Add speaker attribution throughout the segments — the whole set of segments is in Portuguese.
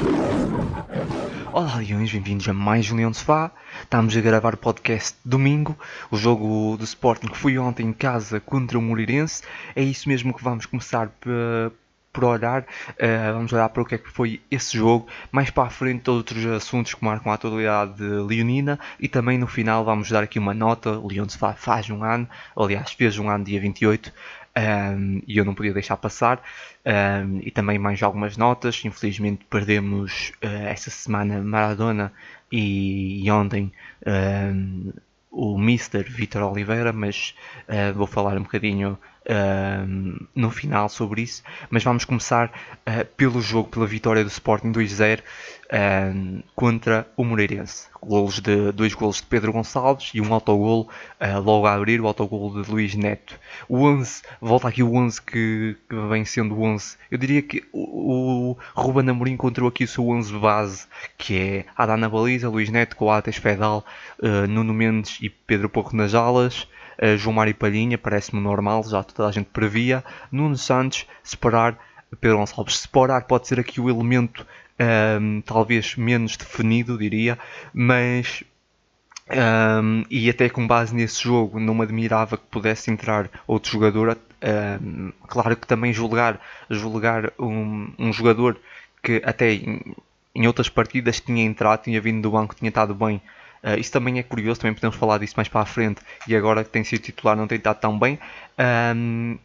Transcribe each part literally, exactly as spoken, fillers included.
Speaker 1: Olá Leões, bem-vindos a mais um Leão de Sofá. Estamos a gravar o podcast domingo, o jogo do Sporting que foi ontem em casa contra o Moreirense. É isso mesmo que vamos começar por olhar, uh, vamos olhar para o que é que foi esse jogo, mais para a frente outros assuntos que marcam a atualidade leonina e também no final vamos dar aqui uma nota. O Leão de Sofá faz um ano, aliás fez um ano dia vinte e oito, um, e eu não podia deixar passar, um, e também mais algumas notas. Infelizmente perdemos uh, essa semana Maradona e, e ontem um, o mister Vítor Oliveira, mas uh, vou falar um bocadinho uh, no final sobre isso. Mas vamos começar uh, pelo jogo, pela vitória do Sporting dois a zero uh, contra o Moreirense. Golos de, dois golos de Pedro Gonçalves e um autogolo uh, logo a abrir, o autogolo de Luís Neto. O onze, volta aqui o onze que, que vem sendo o onze. Eu diria que o, o Ruben Amorim encontrou aqui o seu onze base, que é Adán na baliza, Luís Neto, Coates, Fedal, uh, Nuno Mendes e Pedro Porro nas alas. Uh, João Mário Palhinha, parece-me normal, já toda a gente previa. Nuno Santos, separar Pedro Gonçalves. Separar pode ser aqui o elemento um, talvez menos definido, diria, mas um, e até com base nesse jogo não me admirava que pudesse entrar outro jogador. Um, claro que também julgar, julgar um, um jogador que até em, em outras partidas tinha entrado, tinha vindo do banco, tinha estado bem. Uh, isso também é curioso, também podemos falar disso mais para a frente, e agora que tem sido titular não tem estado tão bem, um,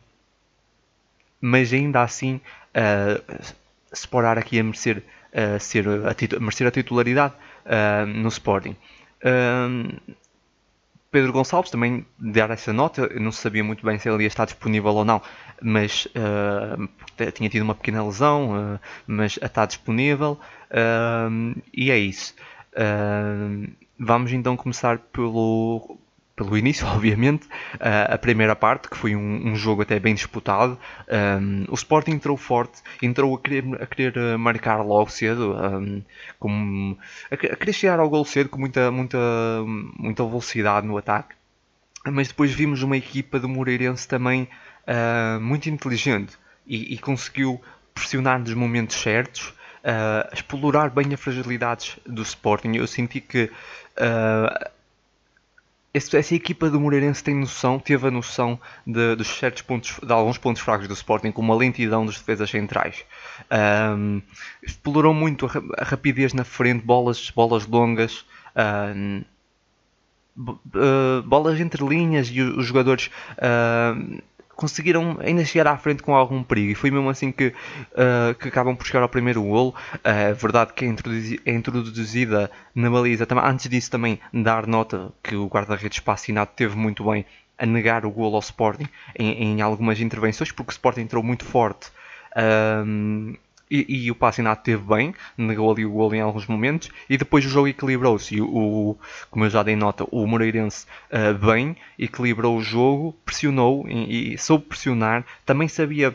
Speaker 1: mas ainda assim uh, Sporar aqui a merecer, uh, ser, a, titu- a merecer a titularidade uh, no Sporting. Um, Pedro Gonçalves também dar essa nota, eu não sabia muito bem se ele ia estar disponível ou não, mas uh, tinha tido uma pequena lesão, uh, mas está disponível, uh, e é isso. Uh, vamos então começar pelo, pelo início, obviamente, uh, a primeira parte, que foi um, um jogo até bem disputado. Um, o Sporting entrou forte, entrou a querer, a querer marcar logo cedo, um, com, a, a querer chegar ao gol cedo com muita, muita, muita velocidade no ataque. Mas depois vimos uma equipa do Moreirense também uh, muito inteligente e, e conseguiu pressionar nos momentos certos, uh, explorar bem as fragilidades do Sporting. Eu senti que uh, essa equipa do Moreirense tem noção, teve a noção de, dos certos pontos, de alguns pontos fracos do Sporting, como a lentidão dos defesas centrais. Um, explorou muito a, a rapidez na frente, bolas, bolas longas, um, uh, bolas entre linhas, e os, os jogadores uh, conseguiram ainda chegar à frente com algum perigo, e foi mesmo assim que, uh, que acabam por chegar ao primeiro golo. É uh, verdade que é, introduzi é introduzida na baliza, também, antes disso também dar nota que o guarda-redes Passinato teve muito bem a negar o golo ao Sporting em, em algumas intervenções, porque o Sporting entrou muito forte. Um, E, e o Passinato teve bem, negou ali o golo em alguns momentos, e depois o jogo equilibrou-se. E o, o, como eu já dei nota, o Moreirense uh, bem equilibrou o jogo, pressionou e, e soube pressionar, também sabia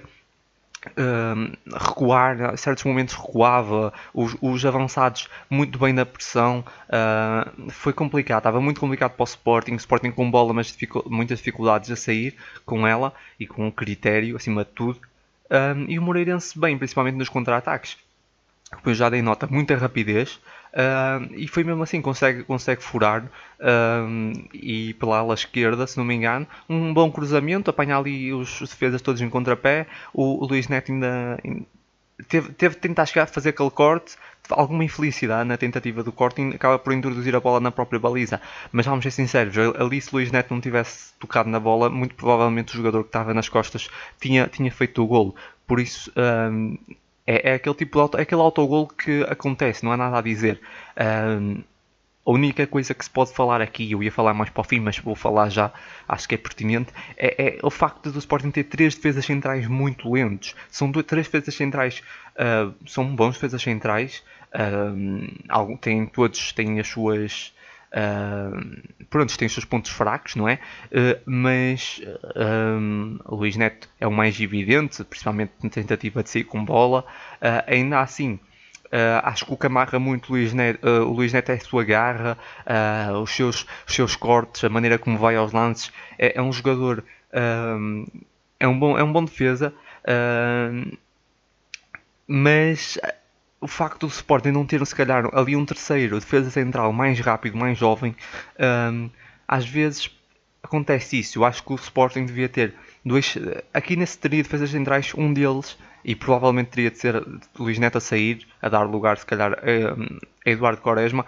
Speaker 1: uh, recuar, a certos momentos recuava, os, os avançados muito bem na pressão. Uh, foi complicado, estava muito complicado para o Sporting, o Sporting com bola, mas dificu muitas dificuldades a sair com ela e com um critério acima de tudo. Um, e o Moreirense bem, principalmente nos contra-ataques. Depois já dei nota, muita rapidez, um, e foi mesmo assim, consegue, consegue furar, um, e pela ala esquerda, se não me engano, um bom cruzamento, apanha ali os, os defesas todos em contrapé. O, o Luís Neto ainda teve, teve de tentar chegar a fazer aquele corte, alguma infelicidade na tentativa do corte, e acaba por introduzir a bola na própria baliza. Mas vamos ser sinceros, ali se Luís Neto não tivesse tocado na bola, muito provavelmente o jogador que estava nas costas tinha, tinha feito o golo. Por isso, um, é, é aquele tipo de auto, é aquele autogolo que acontece, não há nada a dizer. Um, a única coisa que se pode falar aqui, eu ia falar mais para o fim, mas vou falar já, acho que é pertinente, é, é o facto do Sporting ter três defesas centrais muito lentos. São dois, três defesas centrais, uh, são bons defesas centrais, uh, têm, todos têm as suas... Uh, pronto, têm os seus pontos fracos, não é? Uh, mas uh, o Luís Neto é o mais evidente, principalmente na tentativa de sair com bola. Uh, ainda assim, Uh, acho que o que amarra muito o Luís Neto, uh, o Luís Neto é a sua garra, uh, os, seus, os seus cortes, a maneira como vai aos lances. É, é um jogador, uh, é, um bom, é um bom defesa, uh, mas o facto do Sporting não ter, se calhar, ali um terceiro defesa central mais rápido, mais jovem, um, às vezes acontece isso. Eu acho que o Sporting devia ter dois. Aqui nesse trio de defesas centrais, um deles, e provavelmente teria de ser Luís Neto a sair, a dar lugar, se calhar, a Eduardo Quaresma,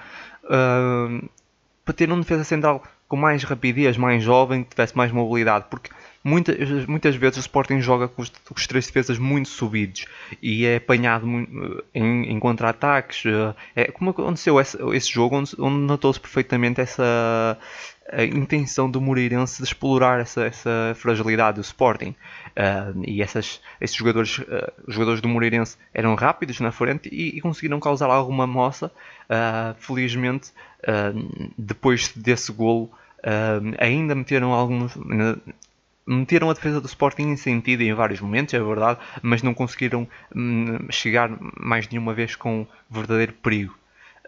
Speaker 1: um, para ter um defesa central com mais rapidez, mais jovem, que tivesse mais mobilidade, porque muitas, muitas vezes o Sporting joga com os, com os três defesas muito subidos e é apanhado em, em contra-ataques. É, como aconteceu esse, esse jogo, onde, onde notou-se perfeitamente essa a intenção do Moreirense de explorar essa, essa fragilidade do Sporting. Uh, e essas, esses jogadores, uh, jogadores do Moreirense eram rápidos na frente e, e conseguiram causar alguma moça. Uh, felizmente, uh, depois desse golo, uh, ainda meteram alguns. Uh, meteram a defesa do Sporting em sentido em vários momentos, é verdade, mas não conseguiram um, chegar mais de uma vez com verdadeiro perigo.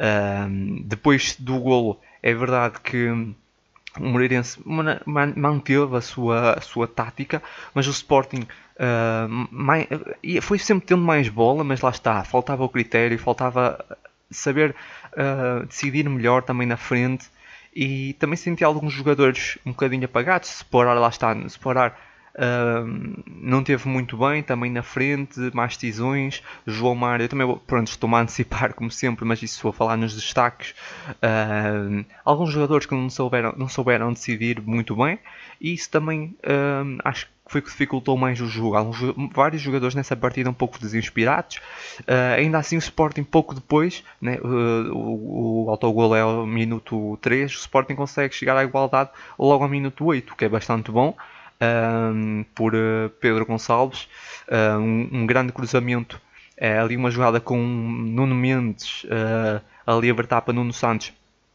Speaker 1: Uh, depois do golo, é verdade que o Moreirense manteve a sua, a sua tática, mas o Sporting uh, mais, foi sempre tendo mais bola, mas lá está, faltava o critério, faltava saber uh, decidir melhor também na frente, e também senti alguns jogadores um bocadinho apagados. Sporar, lá está, Sporar uh, não teve muito bem também na frente, mais decisões. João Mário, eu também, pronto, estou-me a antecipar como sempre, mas isso vou falar nos destaques. Uh, alguns jogadores que não souberam, não souberam decidir muito bem, e isso também uh, acho que foi o que dificultou mais o jogo. Alguns, vários jogadores nessa partida um pouco desinspirados. Uh, ainda assim o Sporting pouco depois, né, uh, o, o autogol é ao minuto três, o Sporting consegue chegar à igualdade logo ao minuto oito, que é bastante bom. Um, por uh, Pedro Gonçalves, uh, um, um grande cruzamento, uh, ali uma jogada com Nuno Mendes uh, ali a abertar para Nuno Santos.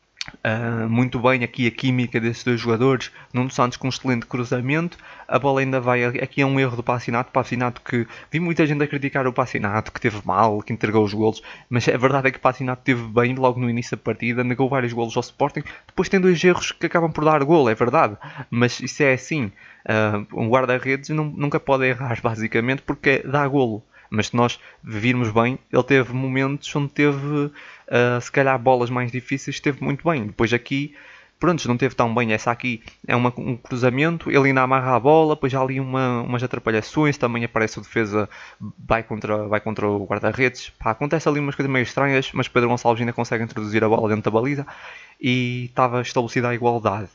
Speaker 1: Uh, muito bem aqui a química desses dois jogadores. Nuno Santos com um excelente cruzamento, a bola ainda vai, aqui é um erro do Passinato, Passinato que vi muita gente a criticar o Passinato, que teve mal, que entregou os golos, mas a verdade é que o Passinato teve bem logo no início da partida, negou vários golos ao Sporting, depois tem dois erros que acabam por dar golo, é verdade, mas isso é assim, uh, um guarda-redes nunca pode errar basicamente porque dá golo. Mas se nós virmos bem, ele teve momentos onde teve, uh, se calhar, bolas mais difíceis, esteve muito bem. Depois aqui, pronto, não teve tão bem. Essa aqui é uma, um cruzamento, ele ainda amarra a bola, depois há ali uma, umas atrapalhações, também aparece o defesa, vai contra, vai contra o guarda-redes. Pá, acontece ali umas coisas meio estranhas, mas Pedro Gonçalves ainda consegue introduzir a bola dentro da baliza e estava estabelecida a igualdade.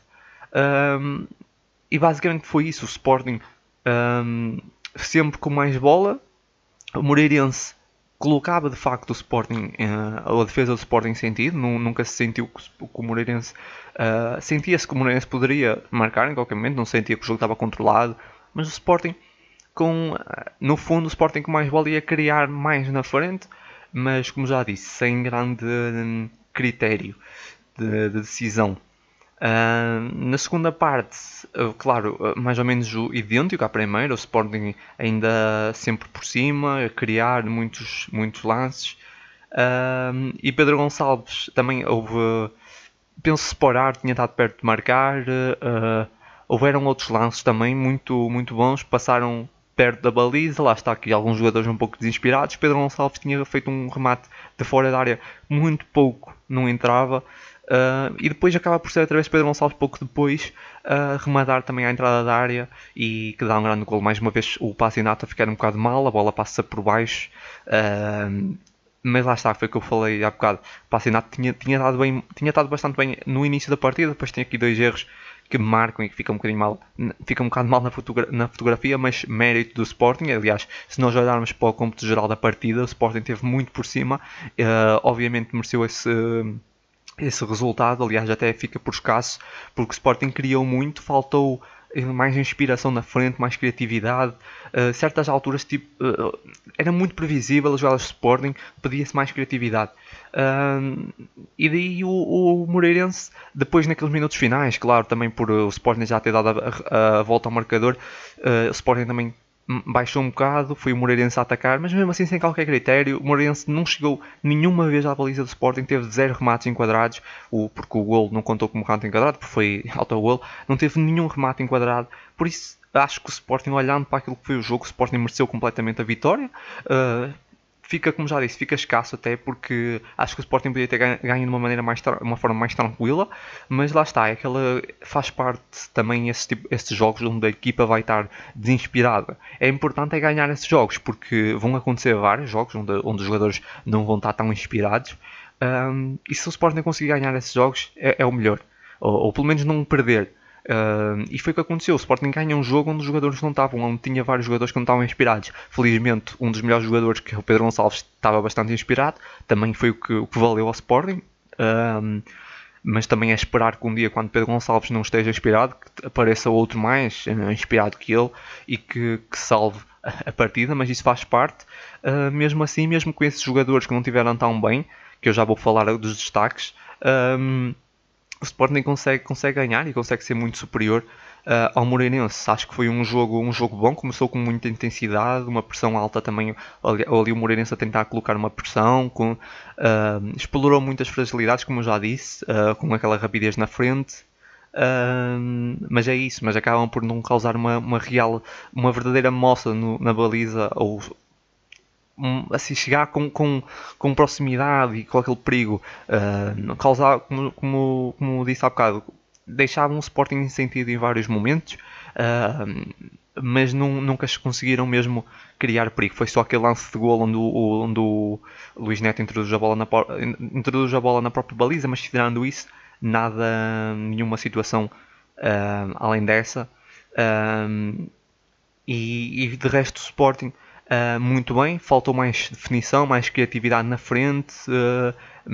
Speaker 1: Um, e basicamente foi isso, o Sporting um, sempre com mais bola. O Moreirense colocava de facto o Sporting, uh, a defesa do Sporting em sentido, nunca se sentiu que o Moreirense, uh, sentia-se que o Moreirense poderia marcar em qualquer momento, não sentia que o jogo estava controlado, mas o Sporting, com, uh, no fundo o Sporting com mais bola ia criar mais na frente, mas como já disse, sem grande um, critério de, de decisão. Uh, na segunda parte, uh, claro, uh, mais ou menos o idêntico à primeira, o Sporting ainda sempre por cima, a criar muitos, muitos lances. Uh, e Pedro Gonçalves também houve, penso que Sporar tinha estado perto de marcar. Uh, houveram outros lances também muito, muito bons, passaram perto da baliza, lá está aqui alguns jogadores um pouco desinspirados. Pedro Gonçalves tinha feito um remate de fora da área muito pouco, não entrava. Uh, e depois acaba por ser através de Pedro Gonçalves pouco depois uh, rematar também à entrada da área e que dá um grande gol. Mais uma vez o Passinato a ficar um bocado mal, a bola passa por baixo, uh, mas lá está, foi o que eu falei há bocado. O Passinato tinha, tinha, dado bem, tinha dado bastante bem no início da partida, depois tem aqui dois erros que marcam e que fica um bocadinho mal, fica um bocado mal na, fotogra na fotografia, mas mérito do Sporting. Aliás, se nós olharmos para o cômputo geral da partida, o Sporting teve muito por cima, uh, obviamente mereceu esse... Uh, esse resultado, aliás, até fica por escasso, porque o Sporting criou muito, faltou mais inspiração na frente, mais criatividade. Uh, certas alturas, tipo, uh, era muito previsível as jogadas do Sporting, pedia-se mais criatividade. Uh, e daí o, o Moreirense, depois naqueles minutos finais, claro, também por uh, o Sporting já ter dado a, a, a volta ao marcador, uh, o Sporting também baixou um bocado, foi o Moreirense a atacar, mas mesmo assim sem qualquer critério. O Moreirense não chegou nenhuma vez à baliza do Sporting, teve zero remates enquadrados, o, porque o gol não contou como remate enquadrado, porque foi autogol, não teve nenhum remate enquadrado, por isso acho que o Sporting, olhando para aquilo que foi o jogo, o Sporting mereceu completamente a vitória. Uh, fica, como já disse, fica escasso até porque acho que o Sporting podia ter ganho de uma maneira mais, uma forma mais tranquila, mas lá está, é aquela, faz parte também esses, tipo, esses jogos onde a equipa vai estar desinspirada. É importante é ganhar esses jogos, porque vão acontecer vários jogos onde, onde os jogadores não vão estar tão inspirados, um, e se o Sporting conseguir ganhar esses jogos é, é o melhor, ou, ou pelo menos não perder. Uh, e foi o que aconteceu. O Sporting ganha um jogo onde os jogadores não estavam, onde tinha vários jogadores que não estavam inspirados. Felizmente, um dos melhores jogadores, que é o Pedro Gonçalves, estava bastante inspirado. Também foi o que, o que valeu ao Sporting. Uh, mas também é esperar que um dia, quando Pedro Gonçalves não esteja inspirado, que apareça outro mais uh, inspirado que ele e que, que salve a partida. Mas isso faz parte. Uh, mesmo assim, mesmo com esses jogadores que não tiveram tão bem, que eu já vou falar dos destaques, uh, o Sporting consegue, consegue ganhar e consegue ser muito superior uh, ao Moreirense. Acho que foi um jogo, um jogo bom, começou com muita intensidade, uma pressão alta também, ali, ali o Moreirense a tentar colocar uma pressão, com, uh, explorou muitas fragilidades, como eu já disse, uh, com aquela rapidez na frente. Uh, mas é isso, mas acabam por não causar uma, uma real, uma verdadeira moça no, na baliza, ou assim, chegar com, com, com proximidade e com aquele perigo, uh, causar, como, como, como disse há bocado, deixavam o Sporting em sentido em vários momentos, uh, mas não, nunca conseguiram mesmo criar perigo. Foi só aquele lance de gol onde o, onde o Luís Neto introduz a, bola na, introduz a bola na própria baliza, mas tirando isso, nada, nenhuma situação uh, além dessa. Uh, e, e de resto o Sporting Uh, muito bem, faltou mais definição, mais criatividade na frente, uh,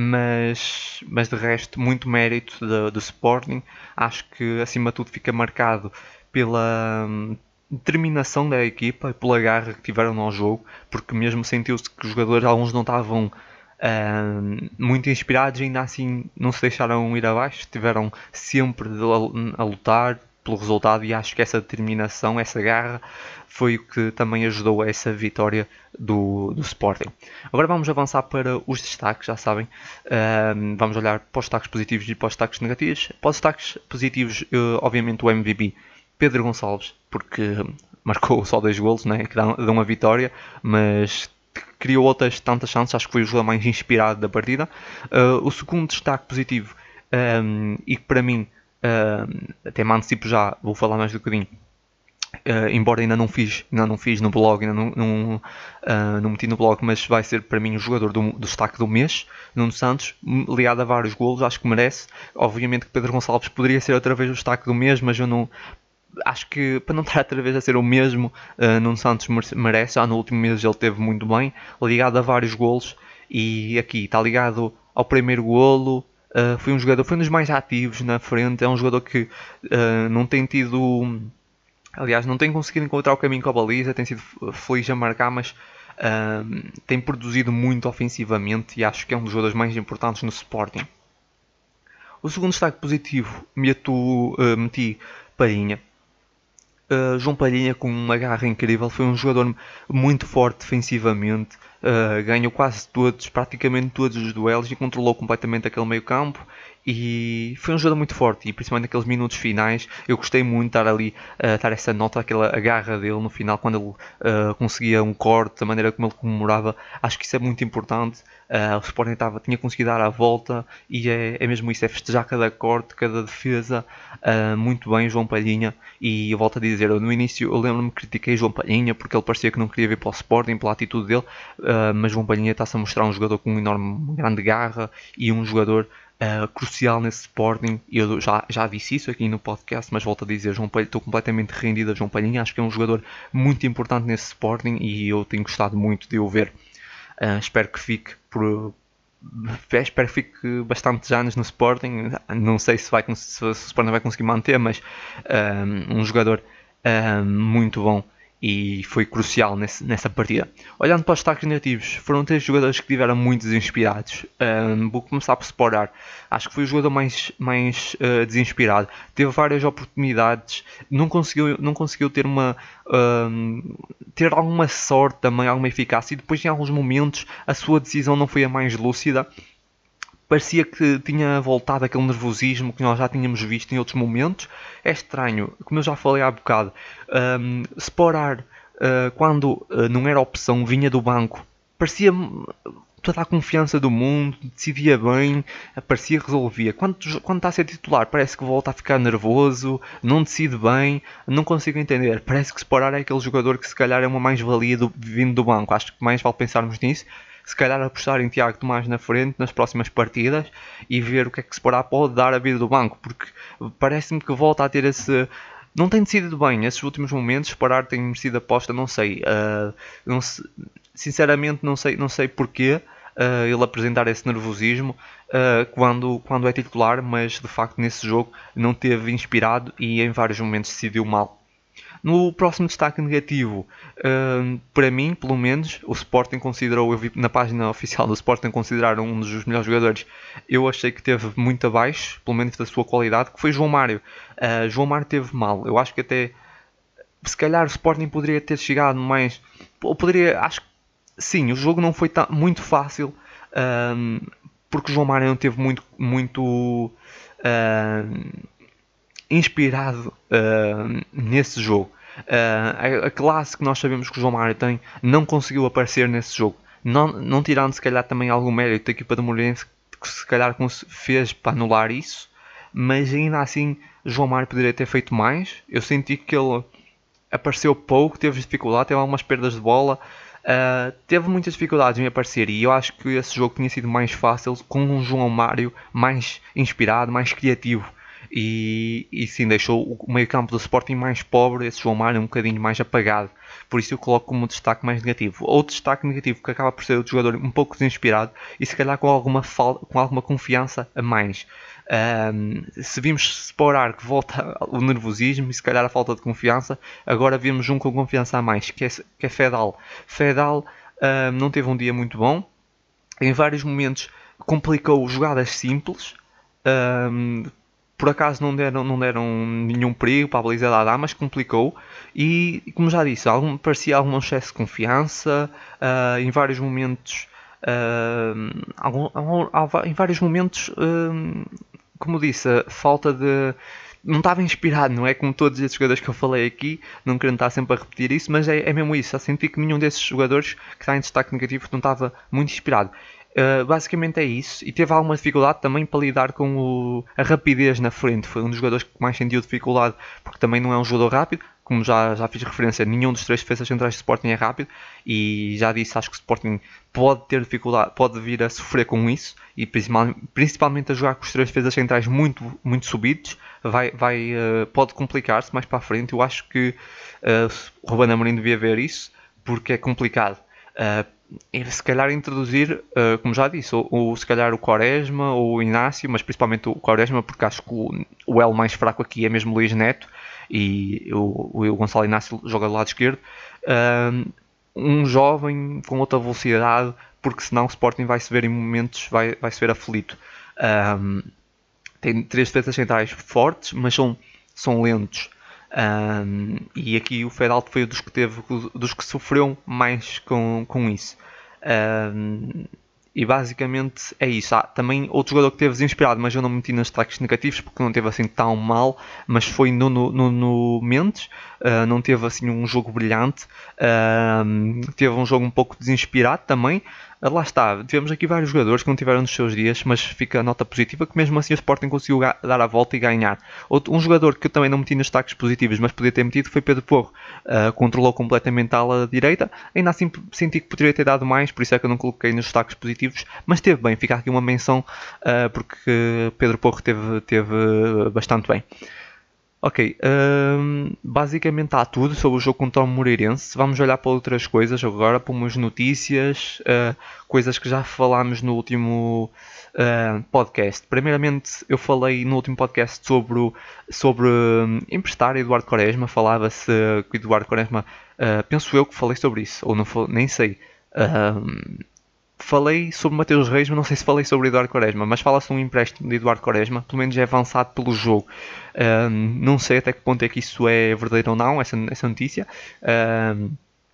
Speaker 1: mas, mas de resto muito mérito do, do Sporting. Acho que acima de tudo fica marcado pela um, determinação da equipa e pela garra que tiveram no jogo, porque mesmo sentiu-se que os jogadores, alguns não estavam uh, muito inspirados, ainda assim não se deixaram ir abaixo, estiveram sempre a, a lutar pelo resultado, e acho que essa determinação, essa garra, foi o que também ajudou a essa vitória do, do Sporting. Agora vamos avançar para os destaques, já sabem. Um, vamos olhar para os destaques positivos e para os destaques negativos. Para os destaques positivos, uh, obviamente o M V P, Pedro Gonçalves, porque marcou só dois golos, né, que dão, dão a vitória, mas criou outras tantas chances, acho que foi o jogador mais inspirado da partida. Uh, o segundo destaque positivo, um, e que para mim, Uh, até me antecipo já, vou falar mais um bocadinho, uh, embora ainda não fiz, ainda não fiz no blog, ainda não, não, uh, não meti no blog, mas vai ser para mim o jogador do, do destaque do mês, Nuno Santos, ligado a vários golos, acho que merece. Obviamente que Pedro Gonçalves poderia ser outra vez o destaque do mês, mas eu não, acho que para não estar outra vez a ser o mesmo, uh, Nuno Santos merece. Já no último mês ele teve muito bem, ligado a vários golos, e aqui está ligado ao primeiro golo. Uh, foi um jogador, foi um dos mais ativos na frente. É um jogador que uh, não tem tido, aliás, não tem conseguido encontrar o caminho com a baliza, tem sido feliz a marcar, mas uh, tem produzido muito ofensivamente, e acho que é um dos jogadores mais importantes no Sporting. O segundo destaque positivo, meto, uh, meti Palhinha. Uh, João Palhinha, com uma garra incrível, foi um jogador muito forte defensivamente, uh, ganhou quase todos, praticamente todos os duelos, e controlou completamente aquele meio campo, e foi um jogador muito forte, e principalmente naqueles minutos finais, eu gostei muito de estar ali, uh, dar essa nota, aquela garra dele no final, quando ele uh, conseguia um corte, a maneira como ele comemorava. Acho que isso é muito importante. Uh, o Sporting tava, tinha conseguido dar a volta, e é, é mesmo isso, é festejar cada corte, cada defesa. Uh, muito bem, João Palhinha. E eu volto a dizer, eu, no início eu lembro-me que critiquei João Palhinha porque ele parecia que não queria vir para o Sporting, pela atitude dele, uh, mas João Palhinha está-se a mostrar um jogador com uma enorme, grande garra, e um jogador Uh, crucial nesse Sporting. Eu já, já disse isso aqui no podcast, mas volto a dizer, João Palhinha, estou completamente rendido a João Palhinha. Acho que é um jogador muito importante nesse Sporting, e eu tenho gostado muito de o ver. Uh, espero que fique por espero que fique bastantes anos no Sporting. Não sei se, vai, se o Sporting vai conseguir manter, mas um, um jogador um, muito bom, e foi crucial nesse, nessa partida. Olhando para os destaques negativos, foram três jogadores que tiveram muito desinspirados. Um, vou começar por Sporar. Acho que foi o jogador mais, mais uh, desinspirado. Teve várias oportunidades, não conseguiu, não conseguiu ter, uma, um, ter alguma sorte também, alguma eficácia, e depois em alguns momentos a sua decisão não foi a mais lúcida. Parecia que tinha voltado aquele nervosismo que nós já tínhamos visto em outros momentos. É estranho, como eu já falei há bocado, um, Sporar, uh, quando uh, não era opção, vinha do banco, parecia toda a confiança do mundo, decidia bem, parecia que resolvia. Quando, quando está a ser titular, parece que volta a ficar nervoso, não decide bem, não consigo entender. Parece que Sporar é aquele jogador que se calhar é uma mais-valia do, vindo do banco. Acho que mais vale pensarmos nisso. Se calhar apostar em Tiago Tomás na frente nas próximas partidas e ver o que é que Sporar pode dar a vida do banco, porque parece-me que volta a ter esse... Não tem decidido bem esses últimos momentos. Sporar tem merecido aposta, não sei. Uh, não se, sinceramente não sei, não sei porquê uh, ele apresentar esse nervosismo uh, quando, quando é titular, mas de facto nesse jogo não teve inspirado e em vários momentos decidiu mal. No próximo destaque negativo, uh, para mim, pelo menos, o Sporting considerou, eu vi na página oficial do Sporting considerar um dos melhores jogadores, eu achei que teve muito abaixo, pelo menos da sua qualidade, que foi João Mário. Uh, João Mário teve mal, eu acho que até, se calhar o Sporting poderia ter chegado mais, ou poderia, acho que sim, o jogo não foi tão, muito fácil, uh, porque o João Mário não teve muito, muito... Uh, inspirado uh, nesse jogo. Uh, a, a classe que nós sabemos que o João Mário tem não conseguiu aparecer nesse jogo. Não, não tirando se calhar também algum mérito da equipa do Moreirense que se calhar fez para anular isso, mas ainda assim João Mário poderia ter feito mais. Eu senti que ele apareceu pouco, teve dificuldade, teve algumas perdas de bola, uh, teve muitas dificuldades em aparecer e eu acho que esse jogo tinha sido mais fácil com um João Mário mais inspirado, mais criativo. E, e sim, deixou o meio campo do Sporting mais pobre, esse João Mário um bocadinho mais apagado. Por isso eu coloco como destaque mais negativo. Outro destaque negativo que acaba por ser o jogador um pouco desinspirado e se calhar com alguma, falta, com alguma confiança a mais. Um, se vimos Sporar que volta o nervosismo e se calhar a falta de confiança, agora vemos um com confiança a mais, que é, que é Fedal. Fedal um, não teve um dia muito bom. Em vários momentos complicou jogadas simples. Um, Por acaso não deram, não deram nenhum perigo para a baliza da Adá, mas complicou. E, como já disse, algum, parecia algum excesso de confiança. Uh, em vários momentos, uh, algum, algum, em vários momentos, uh, como disse, a falta de... Não estava inspirado, não é? Como todos esses jogadores que eu falei aqui, não querendo estar sempre a repetir isso, mas é, é mesmo isso. Eu senti que nenhum desses jogadores que está em destaque negativo não estava muito inspirado. Uh, basicamente é isso, e teve alguma dificuldade também para lidar com o, a rapidez na frente. Foi um dos jogadores que mais sentiu dificuldade, porque também não é um jogador rápido, como já, já fiz referência, nenhum dos três defesas centrais do Sporting é rápido, e já disse, acho que o Sporting pode ter dificuldade, pode vir a sofrer com isso, e principalmente, principalmente a jogar com os três defesas centrais muito, muito subidos, vai, vai, uh, pode complicar-se mais para a frente. Eu acho que uh, o Ruben Amorim devia ver isso, porque é complicado. Uh, se calhar introduzir, uh, como já disse, ou, ou se calhar o Quaresma ou o Inácio, mas principalmente o Quaresma, porque acho que o, o elo mais fraco aqui é mesmo o Luís Neto e o, o Gonçalo Inácio joga do lado esquerdo. Uh, um jovem com outra velocidade, porque senão o Sporting vai se ver em momentos, vai, vai se ver aflito. Uh, tem três defesas centrais fortes, mas são, são lentos. Um, e aqui o Fedal foi dos que teve, dos que sofreu mais com, com isso. Um, e basicamente é isso. Há também outro jogador que teve desinspirado, mas eu não me meti nos destaques negativos porque não teve assim tão mal, mas foi Nuno, Nuno Mendes. Uh, não teve assim um jogo brilhante, uh, teve um jogo um pouco desinspirado também. Uh, lá está, tivemos aqui vários jogadores que não tiveram nos seus dias, mas fica a nota positiva que mesmo assim o Sporting conseguiu dar a volta e ganhar. Outro, um jogador que eu também não meti nos destaques positivos, mas podia ter metido, foi Pedro Porro. Uh, controlou completamente a ala direita, ainda assim senti que poderia ter dado mais, por isso é que eu não coloquei nos destaques positivos, mas teve bem, fica aqui uma menção, uh, porque Pedro Porro teve, teve bastante bem. Ok, um, basicamente está tudo sobre o jogo contra o Moreirense. Vamos olhar para outras coisas agora, para umas notícias, uh, coisas que já falámos no último uh, podcast. Primeiramente, eu falei no último podcast sobre, sobre um, emprestar Eduardo Quaresma. Falava-se que Eduardo Quaresma, uh, penso eu que falei sobre isso, ou não falei, nem sei. Uh, Falei sobre Mateus Reis, mas não sei se falei sobre Eduardo Quaresma, mas fala-se de um empréstimo de Eduardo Quaresma, pelo menos é avançado pelo jogo. Um, não sei até que ponto é que isso é verdadeiro ou não, essa, essa notícia, um,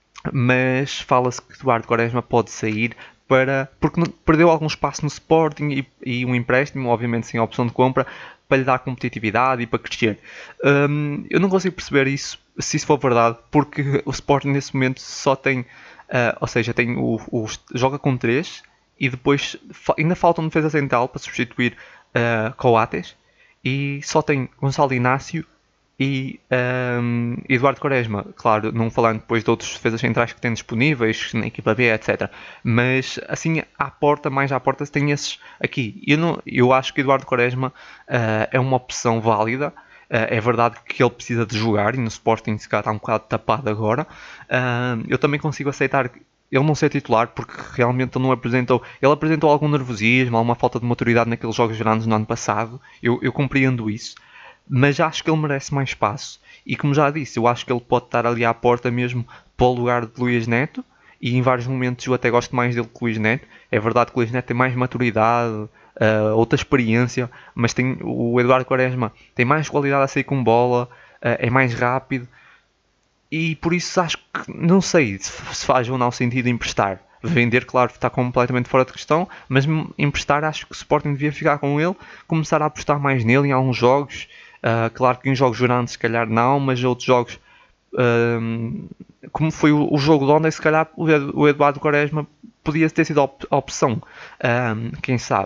Speaker 1: mas fala-se que Eduardo Quaresma pode sair para, porque perdeu algum espaço no Sporting e, e um empréstimo, obviamente sem a opção de compra, para lhe dar competitividade e para crescer. Um, eu não consigo perceber isso, se isso for verdade, porque o Sporting nesse momento só tem Uh, ou seja, tem o, o, joga com três e depois fa ainda falta um defesa central para substituir uh, Coates e só tem Gonçalo Inácio e um, Eduardo Quaresma. Claro, não falando depois de outros defesas centrais que têm disponíveis na equipa B, etcétera. Mas assim, à porta, mais à porta, tem esses aqui. Eu, não, eu acho que Eduardo Quaresma uh, é uma opção válida. Uh, é verdade que ele precisa de jogar e no Sporting se calhar está um bocado tapado agora. Uh, eu também consigo aceitar ele não ser titular porque realmente ele não apresentou. Ele apresentou algum nervosismo, alguma falta de maturidade naqueles jogos grandes no ano passado. Eu, eu compreendo isso. Mas acho que ele merece mais espaço. E como já disse, eu acho que ele pode estar ali à porta mesmo para o lugar de Luís Neto. E em vários momentos eu até gosto mais dele que Luís Neto. É verdade que Luís Neto tem mais maturidade, uh, outra experiência. Mas tem, o Eduardo Quaresma tem mais qualidade a sair com bola, uh, é mais rápido. E por isso acho que, não sei se faz ou não sentido emprestar. Vender, claro, está completamente fora de questão, mas emprestar acho que o Sporting devia ficar com ele, começar a apostar mais nele em alguns jogos. Uh, claro que em jogos grandes se calhar não, mas outros jogos, uh, como foi o, o jogo de ontem, se calhar o Eduardo Quaresma podia ter sido a opção, uh, quem sabe.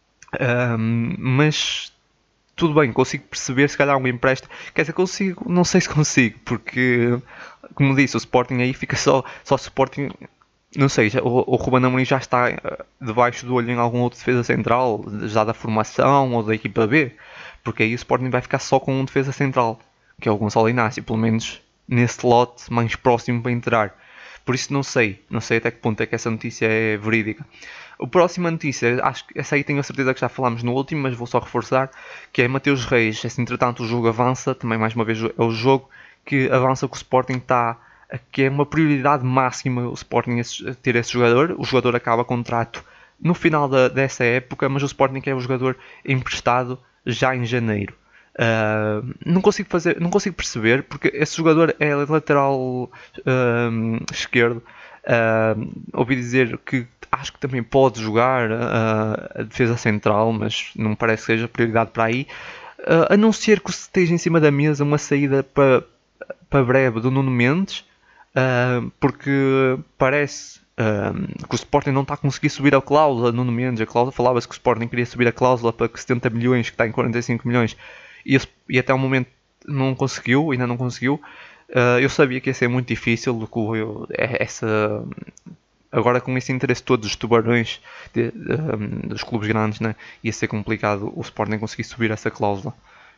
Speaker 1: Uh, mas tudo bem, consigo perceber se calhar um empréstimo, quer dizer, consigo, não sei se consigo, porque como disse, o Sporting aí fica só, só Sporting. Não sei, já, o, o Ruben Amorim já está uh, debaixo do olho em algum outro defesa central, já da formação ou da equipa B, porque aí o Sporting vai ficar só com um defesa central, que é o Gonçalo Inácio, pelo menos nesse lote mais próximo para entrar. Por isso não sei, não sei até que ponto é que essa notícia é verídica. A próxima notícia, acho que essa aí tenho a certeza que já falámos no último, mas vou só reforçar, que é Mateus Reis. Assim, entretanto o jogo avança, também mais uma vez é o jogo que avança que o Sporting está, que é uma prioridade máxima o Sporting ter esse jogador. O jogador acaba contrato no final da, dessa época, mas o Sporting quer o jogador emprestado já em janeiro. Uh, não consigo fazer, não consigo perceber porque esse jogador é lateral uh, esquerdo. Uh, ouvi dizer que acho que também pode jogar uh, a defesa central, mas não me parece que seja prioridade para aí. Uh, a não ser que esteja em cima da mesa uma saída para, para breve do Nuno Mendes, uh, porque parece uh, que o Sporting não está a conseguir subir a cláusula Nuno Mendes. A cláusula falava-se que o Sporting queria subir a cláusula para setenta milhões, que está em quarenta e cinco milhões, e, e até o momento não conseguiu, ainda não conseguiu. Uh, eu sabia que ia ser muito difícil, que eu, essa, agora com esse interesse todo dos tubarões, de, um, dos clubes grandes, né, ia ser complicado o Sporting conseguir subir essa cláusula.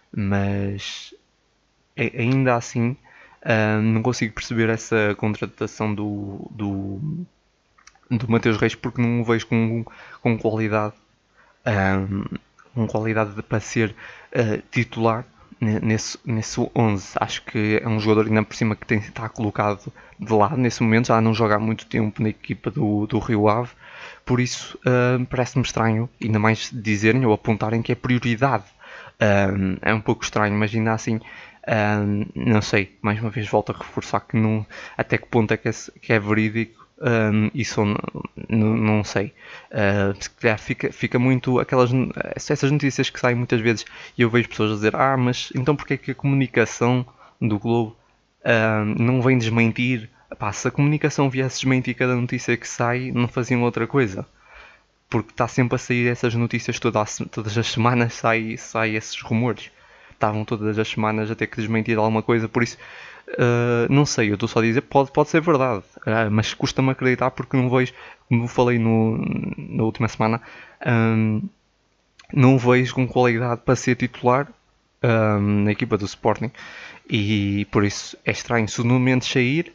Speaker 1: Mas ainda assim uh, não consigo perceber essa contratação do, do, do Mateus Reis, porque não o vejo com, com qualidade, um, com qualidade para ser uh, titular nesse, nesse onze. Acho que é um jogador ainda por cima que tem, está colocado de lado nesse momento, já não joga há muito tempo na equipa do, do Rio Ave, por isso uh, parece-me estranho, ainda mais dizerem ou apontarem que é prioridade. Uh, é um pouco estranho, mas ainda assim uh, não sei, mais uma vez volto a reforçar que não, até que ponto é que é, que é verídico. Um, isso não, não, não sei. Uh, se calhar fica, fica muito aquelas essas notícias que saem muitas vezes e eu vejo pessoas a dizer: ah, mas então porque é que a comunicação do Globo uh, não vem desmentir? Epá, se a comunicação viesse desmentir cada notícia que sai, não faziam outra coisa, porque está sempre a sair essas notícias todas, todas as semanas sai, sai esses rumores. Estavam todas as semanas a ter que desmentir alguma coisa, por isso Uh, não sei, eu estou só a dizer, pode, pode ser verdade, uh, mas custa-me acreditar porque não vejo, como falei no, na última semana, um, não vejo com qualidade para ser titular um, na equipa do Sporting, e por isso é estranho se o Nuno Mendes sair,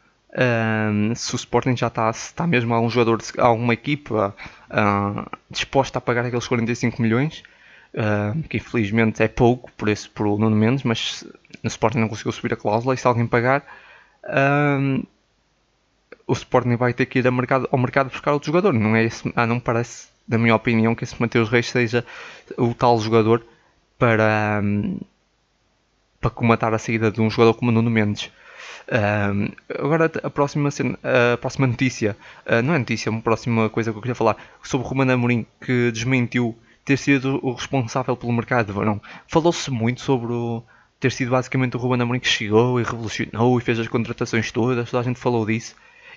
Speaker 1: um, se o Sporting já está, se está mesmo algum jogador, de, alguma equipa uh, disposta a pagar aqueles quarenta e cinco milhões, uh, que infelizmente é pouco por esse, por o Nuno Mendes, mas o Sporting não conseguiu subir a cláusula e se alguém pagar, um, o Sporting vai ter que ir ao mercado, ao mercado buscar outro jogador. Não, é esse, ah, não parece, na minha opinião, que esse Mateus Reis seja o tal jogador para, um, para comatar a saída de um jogador como o Nuno Mendes. Um, agora a próxima, a próxima notícia, uh, não é notícia, é uma próxima coisa que eu queria falar sobre o Ruben Amorim, que desmentiu ter sido o responsável pelo mercado de verão. Falou-se muito sobre o ter sido basicamente o Ruben Amorim que chegou e revolucionou e fez as contratações todas, toda a gente falou disso,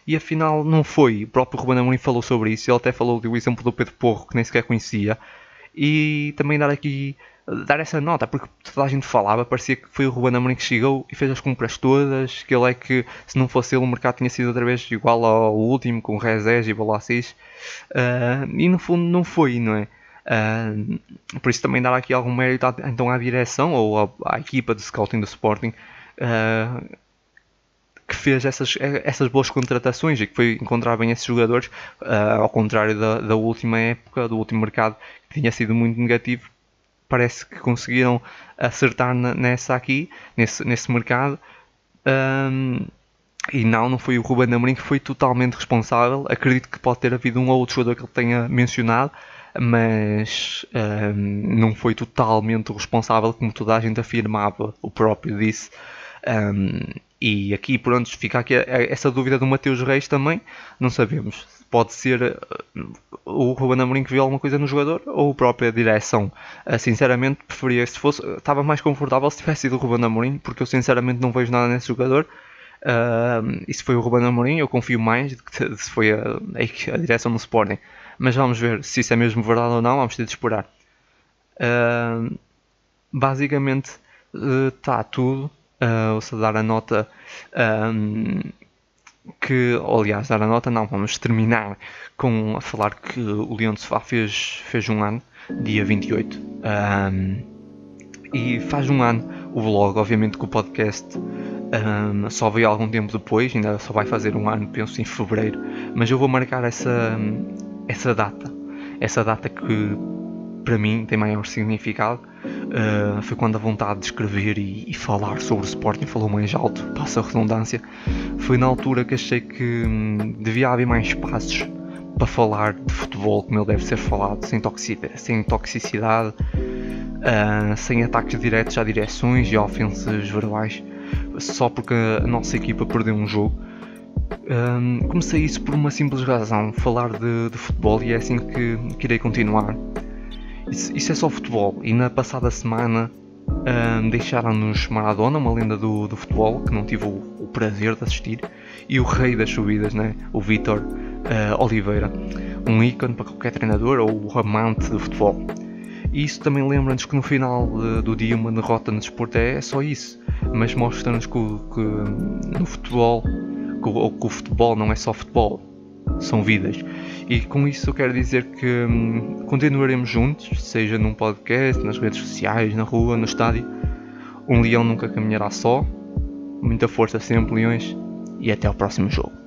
Speaker 1: e afinal não foi. O próprio Ruben Amorim falou sobre isso, ele até falou do exemplo do Pedro Porro, que nem sequer conhecia, e também dar aqui, dar essa nota, porque toda a gente falava, parecia que foi o Ruben Amorim que chegou e fez as compras todas, que ele é que, se não fosse ele, o mercado tinha sido outra vez igual ao último, com Rezés e Bolacis, uh, e no fundo não foi, não é? Uh, por isso também dar aqui algum mérito à, então à direção ou à, à equipa de scouting do Sporting, uh, que fez essas, essas boas contratações e que foi encontrar bem esses jogadores, uh, ao contrário da, da última época, do último mercado, que tinha sido muito negativo. Parece que conseguiram acertar nessa aqui, nesse, nesse mercado. Um, e não, não foi o Ruben Amorim que foi totalmente responsável. Acredito que pode ter havido um ou outro jogador que ele tenha mencionado, mas um, não foi totalmente o responsável, como toda a gente afirmava, o próprio disse. Um, e aqui, pronto, fica aqui essa dúvida do Mateus Reis também, não sabemos. Pode ser uh, o Ruben Amorim que viu alguma coisa no jogador ou a própria direção. Uh, sinceramente, preferia, se fosse, estava mais confortável se tivesse sido o Ruben Amorim, porque eu sinceramente não vejo nada nesse jogador. Uh, e se foi o Ruben Amorim, eu confio mais do que se foi a, a, a direção do Sporting. Mas vamos ver se isso é mesmo verdade ou não, vamos ter de esperar. Uh, basicamente, está uh, tudo. Uh, ou seja, dar a nota um, que, aliás, dar a nota não, vamos terminar com a falar que o Leão de Sofá fez, fez um ano, dia vinte e oito, um, e faz um ano o vlog, obviamente que o podcast um, só veio algum tempo depois, ainda só vai fazer um ano, penso em fevereiro, mas eu vou marcar essa, essa data, essa data que para mim tem maior significado. Uh, foi quando a vontade de escrever e, e falar sobre o Sporting falou mais alto, passa a redundância. Foi na altura que achei que hum, devia haver mais espaços para falar de futebol como ele deve ser falado, sem, toxicidade, sem toxicidade, uh, sem ataques diretos a direções e ofensas verbais, só porque a nossa equipa perdeu um jogo. Um, comecei isso por uma simples razão, falar de, de futebol, e é assim que, que irei continuar. Isso, isso é só futebol. E na passada semana um, deixaram-nos Maradona, uma lenda do, do futebol, que não tive o, o prazer de assistir, e o rei das subidas, né? O Vítor uh, Oliveira, um ícone para qualquer treinador ou o amante do futebol. E isso também lembra-nos que no final de, do dia uma derrota no desporto é, é só isso, mas mostra-nos que, que no futebol, que, ou que o futebol não é só futebol, são vidas. E com isso eu quero dizer que hum, continuaremos juntos, seja num podcast, nas redes sociais, na rua, no estádio. Um leão nunca caminhará só. Muita força sempre, leões, e até ao próximo jogo.